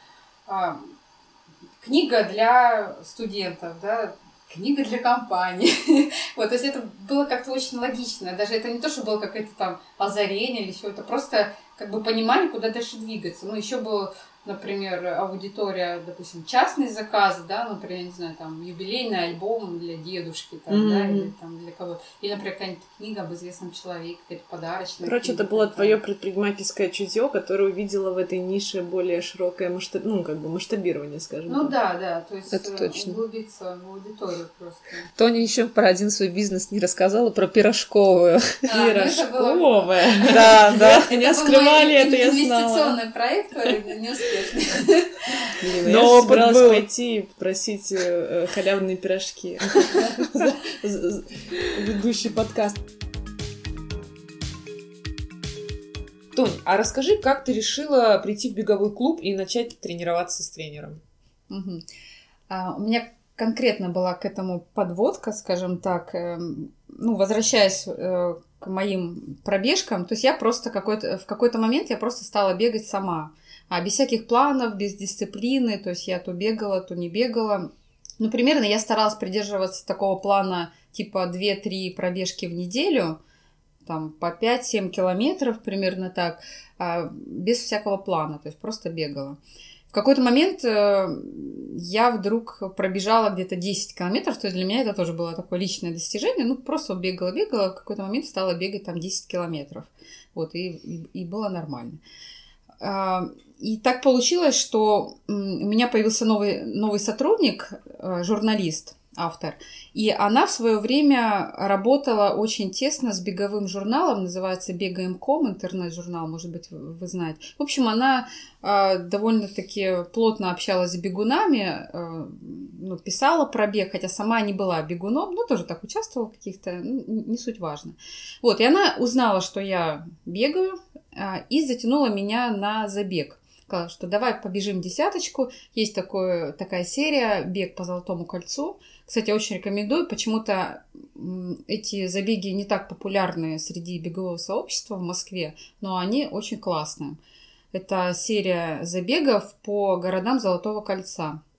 Книга для студентов, да, книга для компании. Вот, то есть это было как-то очень логично. Даже это не то, что было какое-то там озарение или еще, это просто как бы понимали, куда дальше двигаться. Ну, еще был, например, аудитория, допустим, частные заказы, да, например, не знаю, там, юбилейный альбом для дедушки, там, mm-hmm. да, или там для кого-то. Или, например, какая-нибудь книга об известном человеке, какая-то подарочная. Короче, книга, это было такая. Твое предпринимательское чутье, которое увидела в этой нише более широкое масштаб... ну, как бы масштабирование, скажем Ну так. да, да, то есть это точно. Углубиться в аудиторию просто. Тоня еще про один свой бизнес не рассказала, про пирожковую. А, пирожковая. Ну, да, да, меня скрывали, это я знала. Инвестиционный проект, неуспешный. Блин, Но я собиралась был. пойти и просить э, халявные пирожки. Ведущий подкаст. Тонь, а расскажи, как ты решила прийти в беговой клуб и начать тренироваться с тренером? Угу. А, у меня конкретно была к этому подводка, скажем так. Э, ну, возвращаясь э, к моим пробежкам, то есть я просто какой-то, в какой-то момент я просто стала бегать сама. А без всяких планов, без дисциплины, то есть я то бегала, то не бегала. Ну, примерно я старалась придерживаться такого плана типа две-три пробежки в неделю, там по пять-семь километров, примерно так, без всякого плана, то есть просто бегала. В какой-то момент я вдруг пробежала где-то десять километров, то есть для меня это тоже было такое личное достижение, ну, просто бегала-бегала, в какой-то момент стала бегать там десять километров, вот, и, и, и было нормально. И так получилось, что у меня появился новый, новый сотрудник, журналист, автор, и она в свое время работала очень тесно с беговым журналом, называется Бегаем точка ком, интернет-журнал, может быть, вы знаете. В общем, она довольно-таки плотно общалась с бегунами, ну, писала про бег, хотя сама не была бегуном, но тоже так участвовала в каких-то, ну, не суть важно. Вот, и она узнала, что я бегаю, и затянула меня на забег. Сказала, что давай побежим десяточку. Есть такое, такая серия «Бег по Золотому кольцу». Кстати, очень рекомендую. Почему-то эти забеги не так популярны среди бегового сообщества в Москве, но они очень классные. Это серия забегов по городам Золотого кольца.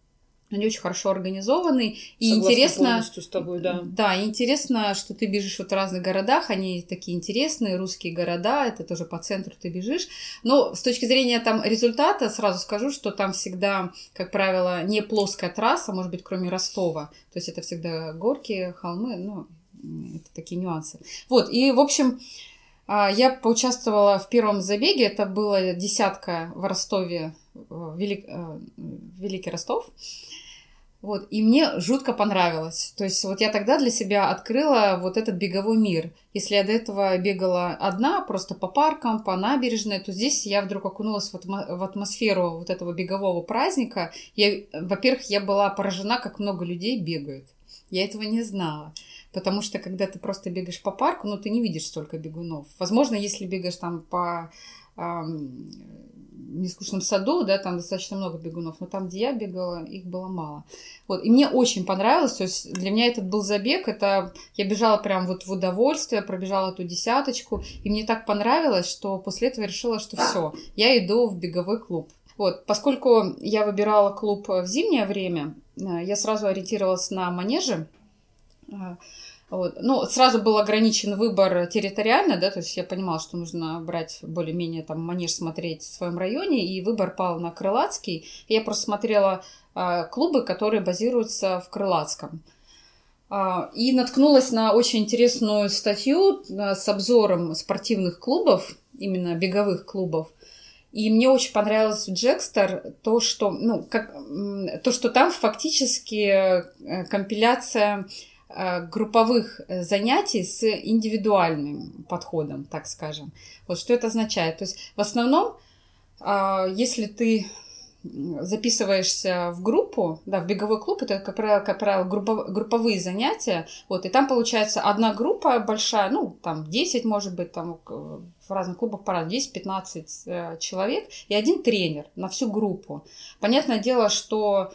Они очень хорошо организованы. И Согласна интересно, полностью с тобой, да. Да, и интересно, что ты бежишь вот в разных городах, они такие интересные, русские города, это тоже по центру ты бежишь. Но с точки зрения там результата, сразу скажу, что там всегда, как правило, не плоская трасса, может быть, кроме Ростова. То есть это всегда горки, холмы, ну, это такие нюансы. Вот, и, в общем, я поучаствовала в первом забеге, это была десятка в Ростове, Велик... Великий Ростов. Вот, и мне жутко понравилось. То есть вот я тогда для себя открыла вот этот беговой мир. Если я до этого бегала одна, просто по паркам, по набережной, то здесь я вдруг окунулась в, атмо- в атмосферу вот этого бегового праздника. Я, во-первых, я была поражена, как много людей бегают. Я этого не знала. Потому что когда ты просто бегаешь по парку, ну, ты не видишь столько бегунов. Возможно, если бегаешь там по... Эм, в нескучном саду, да, там достаточно много бегунов, но там, где я бегала, их было мало. Вот, и мне очень понравилось, то есть для меня этот был забег, это я бежала прям вот в удовольствие, пробежала эту десяточку, и мне так понравилось, что после этого я решила, что все, я иду в беговой клуб. Вот, поскольку я выбирала клуб в зимнее время, я сразу ориентировалась на манежи. Вот. Ну, сразу был ограничен выбор территориально, да, то есть я понимала, что нужно брать более-менее там манеж смотреть в своем районе, и выбор пал на Крылатский. И я просто смотрела а, клубы, которые базируются в Крылатском. А, и наткнулась на очень интересную статью а, с обзором спортивных клубов, именно беговых клубов. И мне очень понравилось в Джекстер то, что, ну, как, то, что там фактически компиляция групповых занятий с индивидуальным подходом, так скажем. Вот что это означает. То есть в основном, если ты записываешься в группу, да, в беговой клуб, это, как правило, как правило групповые занятия, вот, и там получается одна группа большая, ну, там десять, может быть, там в разных клубах по-разному, десять-пятнадцать человек, и один тренер на всю группу. Понятное дело, что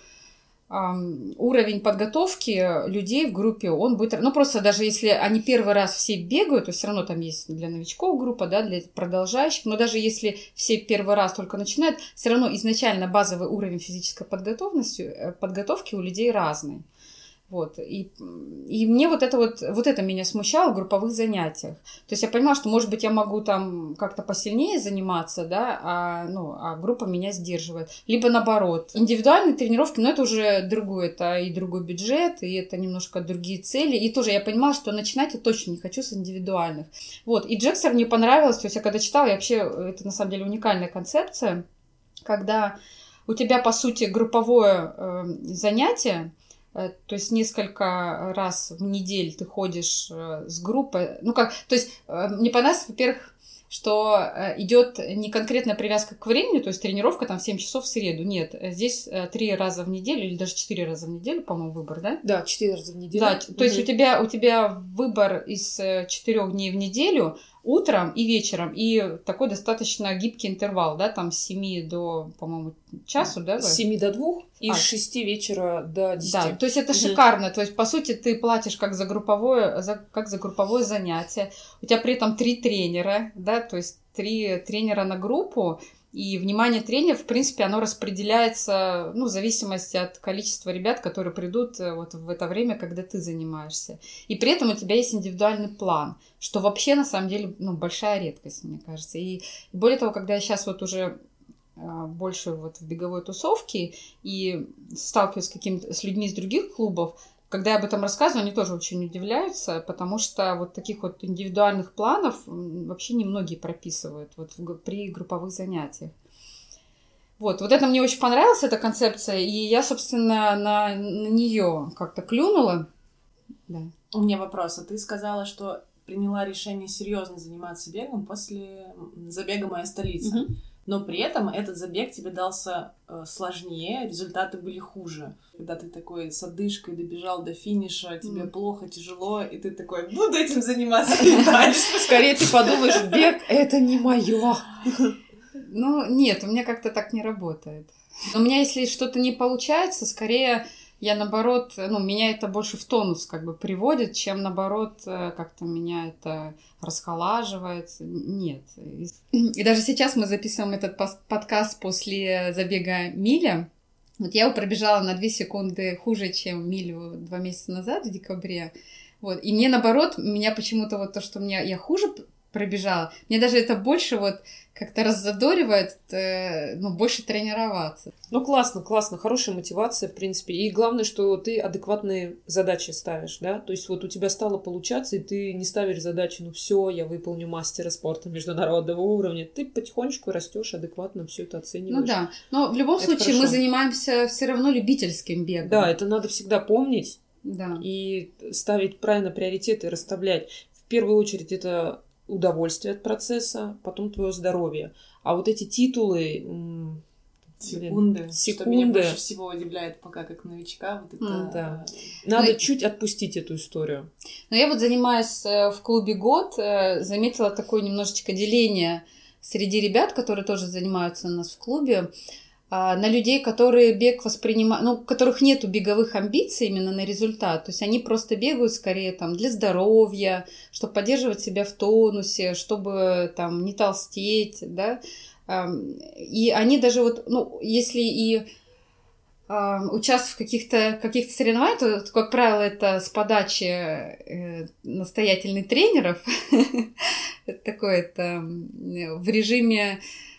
уровень подготовки людей в группе, он будет... Ну, просто даже если они первый раз все бегают, то все равно там есть для новичков группа, да, для продолжающих, но даже если все первый раз только начинают, все равно изначально базовый уровень физической подготовности, подготовки у людей разный. Вот. И, и мне вот это вот, вот это меня смущало в групповых занятиях. То есть я понимала, что, может быть, я могу там как-то посильнее заниматься, да, а, ну, а группа меня сдерживает. Либо наоборот. Индивидуальные тренировки, но это уже другое, это и другой бюджет, и это немножко другие цели. И тоже я понимала, что начинать я точно не хочу с индивидуальных. Вот. И Джекстер мне понравилось. То есть я когда читала, я вообще, это на самом деле уникальная концепция, когда у тебя, по сути, групповое э, занятие, то есть несколько раз в неделю ты ходишь с группой. Ну как, то есть мне понравилось, во-первых, что идет не конкретная привязка к времени, то есть тренировка там в семь часов в среду. Нет, здесь три раза в неделю или даже четыре раза в неделю, по-моему, выбор, да? Да, четыре раза в неделю. Да, то есть у тебя, у тебя выбор из четырех дней в неделю, утром и вечером, и такой достаточно гибкий интервал, да, там с семи до, по-моему, часу, да? С семи до двух и а. с шести вечера до десяти. Да, то есть это угу. шикарно, то есть, по сути, ты платишь как за групповое, за, как за групповое занятие, у тебя при этом три тренера, да, то есть три тренера на группу, и внимание тренера, в принципе, оно распределяется, ну, в зависимости от количества ребят, которые придут вот в это время, когда ты занимаешься. И при этом у тебя есть индивидуальный план, что вообще, на самом деле, ну, большая редкость, мне кажется. И более того, когда я сейчас вот уже больше вот в беговой тусовке и сталкиваюсь с, какими-то, с людьми из других клубов, когда я об этом рассказываю, они тоже очень удивляются, потому что вот таких вот индивидуальных планов вообще немногие прописывают вот в, при групповых занятиях. Вот, вот это мне очень понравилась, эта концепция, и я, собственно, на, на нее как-то клюнула. Да. У меня вопрос. А ты сказала, что приняла решение серьезно заниматься бегом после забега «Моя столица». Угу. Но при этом этот забег тебе дался э, сложнее, результаты были хуже. Когда ты такой с одышкой добежал до финиша, тебе mm. плохо, тяжело, и ты такой, буду этим заниматься и дальше. Скорее ты подумаешь, бег — это не моё. Ну, нет, у меня как-то так не работает. У меня, если что-то не получается, скорее я, наоборот, ну, меня это больше в тонус как бы приводит, чем, наоборот, как-то меня это расхолаживает. Нет. И даже сейчас мы записываем этот подкаст после забега «Миля». Вот я его пробежала на две секунды хуже, чем милю два месяца назад, в декабре. Вот. И мне, наоборот, меня почему-то вот то, что мне, я хуже пробежала, мне даже это больше вот как-то раззадоривает, э, ну, больше тренироваться. Ну, классно, классно, хорошая мотивация, в принципе. И главное, что ты адекватные задачи ставишь, да? То есть вот у тебя стало получаться, и ты не ставишь задачи, ну, все, я выполню мастера спорта международного уровня. Ты потихонечку растешь, адекватно все это оцениваешь. Ну да, но в любом это случае хорошо. Мы занимаемся все равно любительским бегом. Да, это надо всегда помнить. Да. И ставить правильно приоритеты, расставлять. В первую очередь это удовольствие от процесса, потом твое здоровье. А вот эти титулы... М- Секунды. Блин, Что меня секунды. больше всего удивляет пока как новичка. Вот это... М, Да. Надо Ну, чуть отпустить эту историю. Но я вот занимаюсь э, в клубе год, э, заметила такое немножечко деление среди ребят, которые тоже занимаются у нас в клубе, а, на людей, которые бег воспринимают, ну, у которых нету беговых амбиций именно на результат. То есть они просто бегают скорее там для здоровья, чтобы поддерживать себя в тонусе, чтобы там не толстеть, да. Ам, И они даже вот, ну, если и а, участвуют в каких-то каких соревнованиях, то, то, как правило, это с подачи э, настоятельных тренеров. Это такое, это м, в режиме,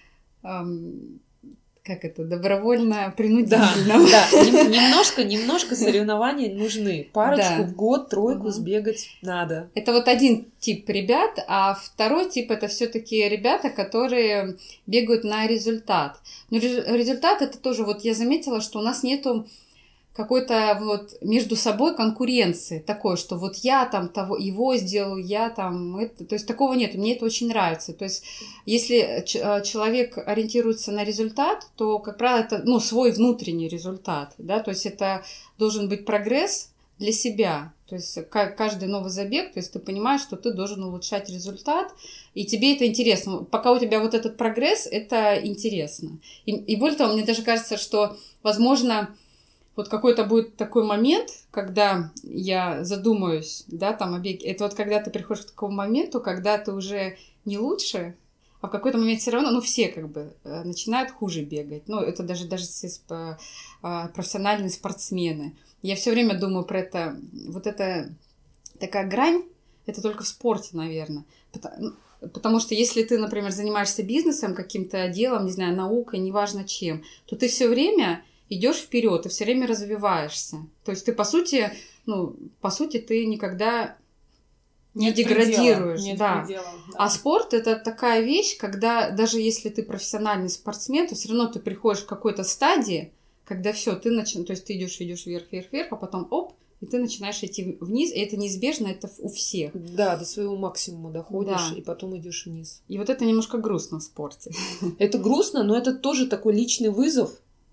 ам, как это, добровольно-принудительно. Да, нем- немножко, немножко соревнований нужны. Парочку Да. в год, тройку Мгм. сбегать надо. Это вот один тип ребят, а второй тип это все-таки ребята, которые бегают на результат. Но рез- результат это тоже, вот я заметила, что у нас нету какой-то вот между собой конкуренции такой, что вот я там того, его сделаю, я там это, то есть такого нет, мне это очень нравится. То есть если ч- э, человек ориентируется на результат, то, как правило, это, ну, свой внутренний результат, да, то есть это должен быть прогресс для себя. То есть ка- каждый новый забег, то есть ты понимаешь, что ты должен улучшать результат, и тебе это интересно. Пока у тебя вот этот прогресс, это интересно. И, и более того, мне даже кажется, что, возможно, вот какой-то будет такой момент, когда я задумаюсь, да, там о беге. Это вот когда ты приходишь к такому моменту, когда ты уже не лучше, а в какой-то момент все равно, ну, все как бы э, начинают хуже бегать. Ну, это даже, даже все сп- а, профессиональные спортсмены. Я все время думаю про это, вот это такая грань, это только в спорте, наверное. Потому, потому что если ты, например, занимаешься бизнесом, каким-то делом, не знаю, наукой, неважно чем, то ты все время идешь вперед, ты все время развиваешься. То есть ты, по сути, ну, по сути, ты никогда не Нет деградируешь. предела, нет да. предела, да. А спорт это такая вещь, когда даже если ты профессиональный спортсмен, то все равно ты приходишь к какой-то стадии, когда все, ты начинаешь, то есть ты идешь, идешь вверх, вверх, вверх, а потом оп, и ты начинаешь идти вниз, и это неизбежно, это у всех. Да, до своего максимума доходишь, Да. и потом идешь вниз. И вот это немножко грустно в спорте. Это грустно, но это тоже такой личный вызов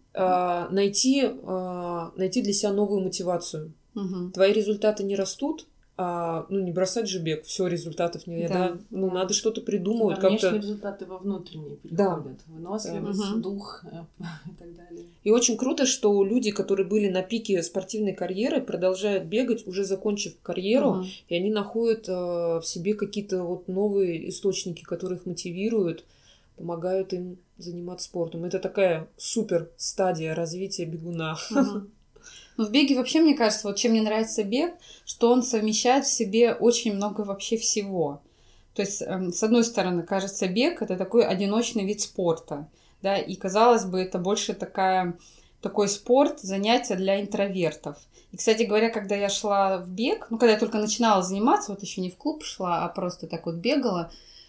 а, найти, а, найти для себя новую мотивацию. Мгм. Твои результаты не растут, а, ну, не бросать же бег, все, результатов не, Да. да. Ну, надо что-то придумывать, Да, внешние как-то. результаты во внутренние Да. переходят. Выносливость, Да. Мгм. дух э, и так далее. И очень круто, что люди, которые были на пике спортивной карьеры, продолжают бегать, уже закончив карьеру, Мгм. и они находят э, в себе какие-то вот новые источники, которые их мотивируют, помогают им заниматься спортом. Это такая супер стадия развития бегуна. Мгм. Ну, в беге вообще, мне кажется, вот чем мне нравится бег, что он совмещает в себе очень много вообще всего. То есть, эм, с одной стороны, кажется, бег – это такой одиночный вид спорта, да, и, казалось бы, это больше такая, такой спорт, занятие для интровертов. И, кстати говоря, когда я шла в бег, ну, когда я только начинала заниматься, вот еще не в клуб шла, а просто так вот бегала,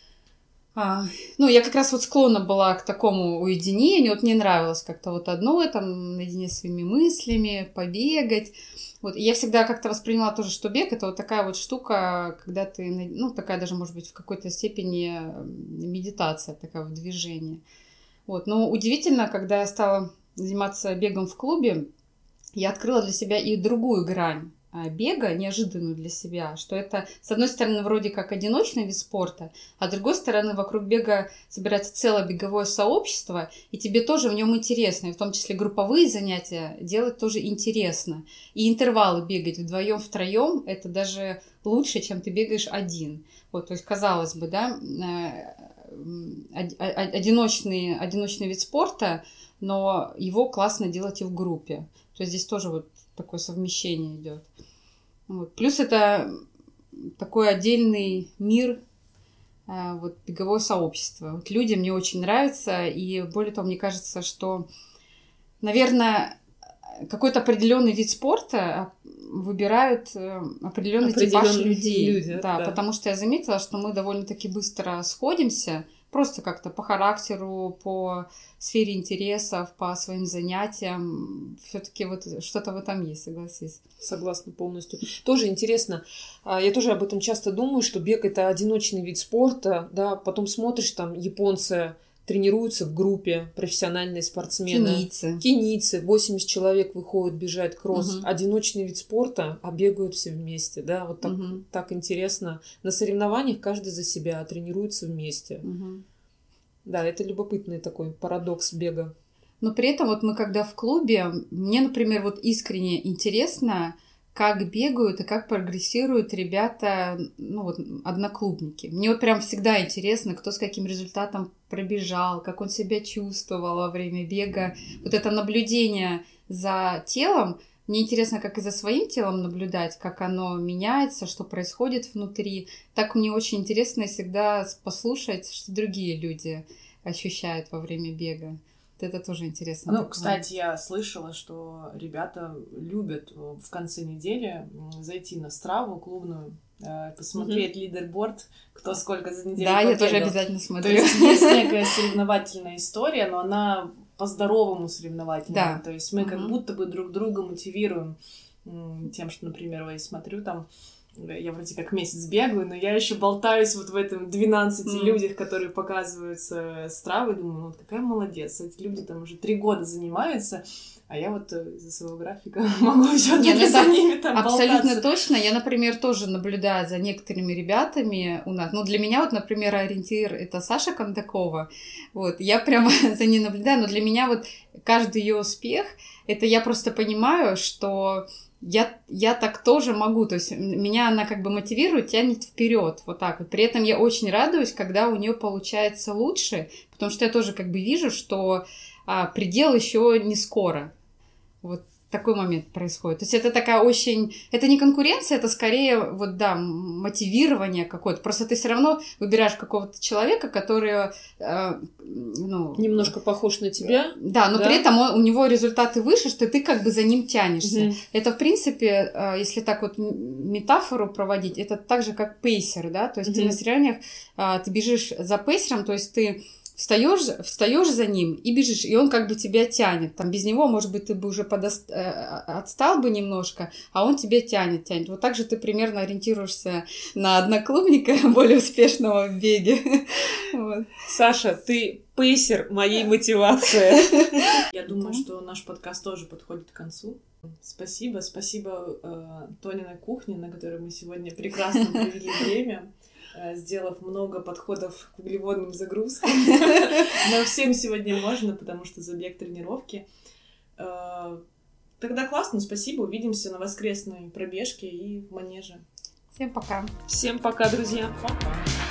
а, ну, я как раз вот склонна была к такому уединению, вот мне нравилось как-то вот одно, там, наедине с своими мыслями, побегать. Вот, и я всегда как-то восприняла тоже, что бег это вот такая вот штука, когда ты, ну, такая даже, может быть, в какой-то степени медитация такая в движении. Вот, но удивительно, когда я стала заниматься бегом в клубе, я открыла для себя и другую грань бега, неожиданную для себя, что это, с одной стороны, вроде как одиночный вид спорта, а с другой стороны, вокруг бега собирается целое беговое сообщество, и тебе тоже в нем интересно, и в том числе групповые занятия делать тоже интересно. И интервалы бегать вдвоем, втроем, это даже лучше, чем ты бегаешь один. Вот, то есть, казалось бы, да, одиночный, одиночный вид спорта, но его классно делать и в группе. То есть здесь тоже вот такое совмещение идет. Вот. Плюс это такой отдельный мир, вот беговое сообщество. Вот люди мне очень нравятся, и более того, мне кажется, что, наверное, какой-то определенный вид спорта выбирают определенный типаж людей. Люди, да, да. Потому что я заметила, что мы довольно-таки быстро сходимся, просто как-то по характеру, по сфере интересов, по своим занятиям. Все-таки вот что-то в этом есть, согласись. Согласна полностью. Тоже интересно, я тоже об этом часто думаю, что бег — это одиночный вид спорта, да, потом смотришь, там японцы тренируются в группе, профессиональные спортсмены. Кенийцы. Кенийцы, восемьдесят человек выходят бежать кросс. Угу. Одиночный вид спорта, а бегают все вместе, да, вот так, угу. так интересно. На соревнованиях каждый за себя, тренируется вместе. Угу. Да, это любопытный такой парадокс бега. Но при этом вот мы когда в клубе, мне, например, вот искренне интересно, как бегают и как прогрессируют ребята, ну вот, одноклубники. Мне вот прям всегда интересно, кто с каким результатом пробежал, как он себя чувствовал во время бега. Вот это наблюдение за телом, мне интересно, как и за своим телом наблюдать, как оно меняется, что происходит внутри. Так мне очень интересно всегда послушать, что другие люди ощущают во время бега. Это тоже интересно. Ну, кстати, я слышала, что ребята любят в конце недели зайти на Страву клубную, посмотреть mm-hmm. лидерборд, кто сколько за неделю Да, побегал. Я тоже обязательно смотрю. То есть есть некая соревновательная история, но она по-здоровому соревновательная. Да. То есть мы mm-hmm. как будто бы друг друга мотивируем тем, что, например, я смотрю там, я вроде как месяц бегаю, но я еще болтаюсь вот в этом двенадцати mm. людях, которые показываются с травы, думаю, ну вот какая молодец, эти люди там уже три года занимаются, а я вот из-за своего графика могу все-таки за ними там абсолютно болтаться. Точно. Я, например, тоже наблюдаю за некоторыми ребятами у нас. Ну, для меня вот, например, ориентир — это Саша Кондакова. Вот, я прямо за ней наблюдаю, но для меня вот каждый ее успех, это я просто понимаю, что Я, я так тоже могу, то есть меня она как бы мотивирует, тянет вперед, вот так вот. При этом я очень радуюсь, когда у нее получается лучше, потому что я тоже как бы вижу, что а, предел еще не скоро. Вот такой момент происходит. То есть это такая очень... Это не конкуренция, это скорее, вот да, мотивирование какое-то. Просто ты все равно выбираешь какого-то человека, который... Э, ну, немножко похож на тебя. Да, но да? при этом он, у него результаты выше, что ты как бы за ним тянешься. Угу. Это, в принципе, э, если так вот метафору проводить, это так же, как пейсер, да? То есть угу. ты на соревнованиях, э, ты бежишь за пейсером, то есть ты... Встаешь, встаешь за ним и бежишь, и он как бы тебя тянет. Там без него, может быть, ты бы уже подост... отстал бы немножко, а он тебя тянет, тянет. Вот так же ты примерно ориентируешься на одноклубника более успешного в беге. Вот. Саша, ты пейсер моей мотивации. Я думаю, что наш подкаст тоже подходит к концу. Спасибо, спасибо э, Тониной кухне, на которой мы сегодня прекрасно провели время, сделав много подходов к углеводным загрузкам. Но всем сегодня можно, потому что забег тренировки. Тогда классно, спасибо. Увидимся на воскресной пробежке и в манеже. Всем пока. Всем пока, друзья. Пока.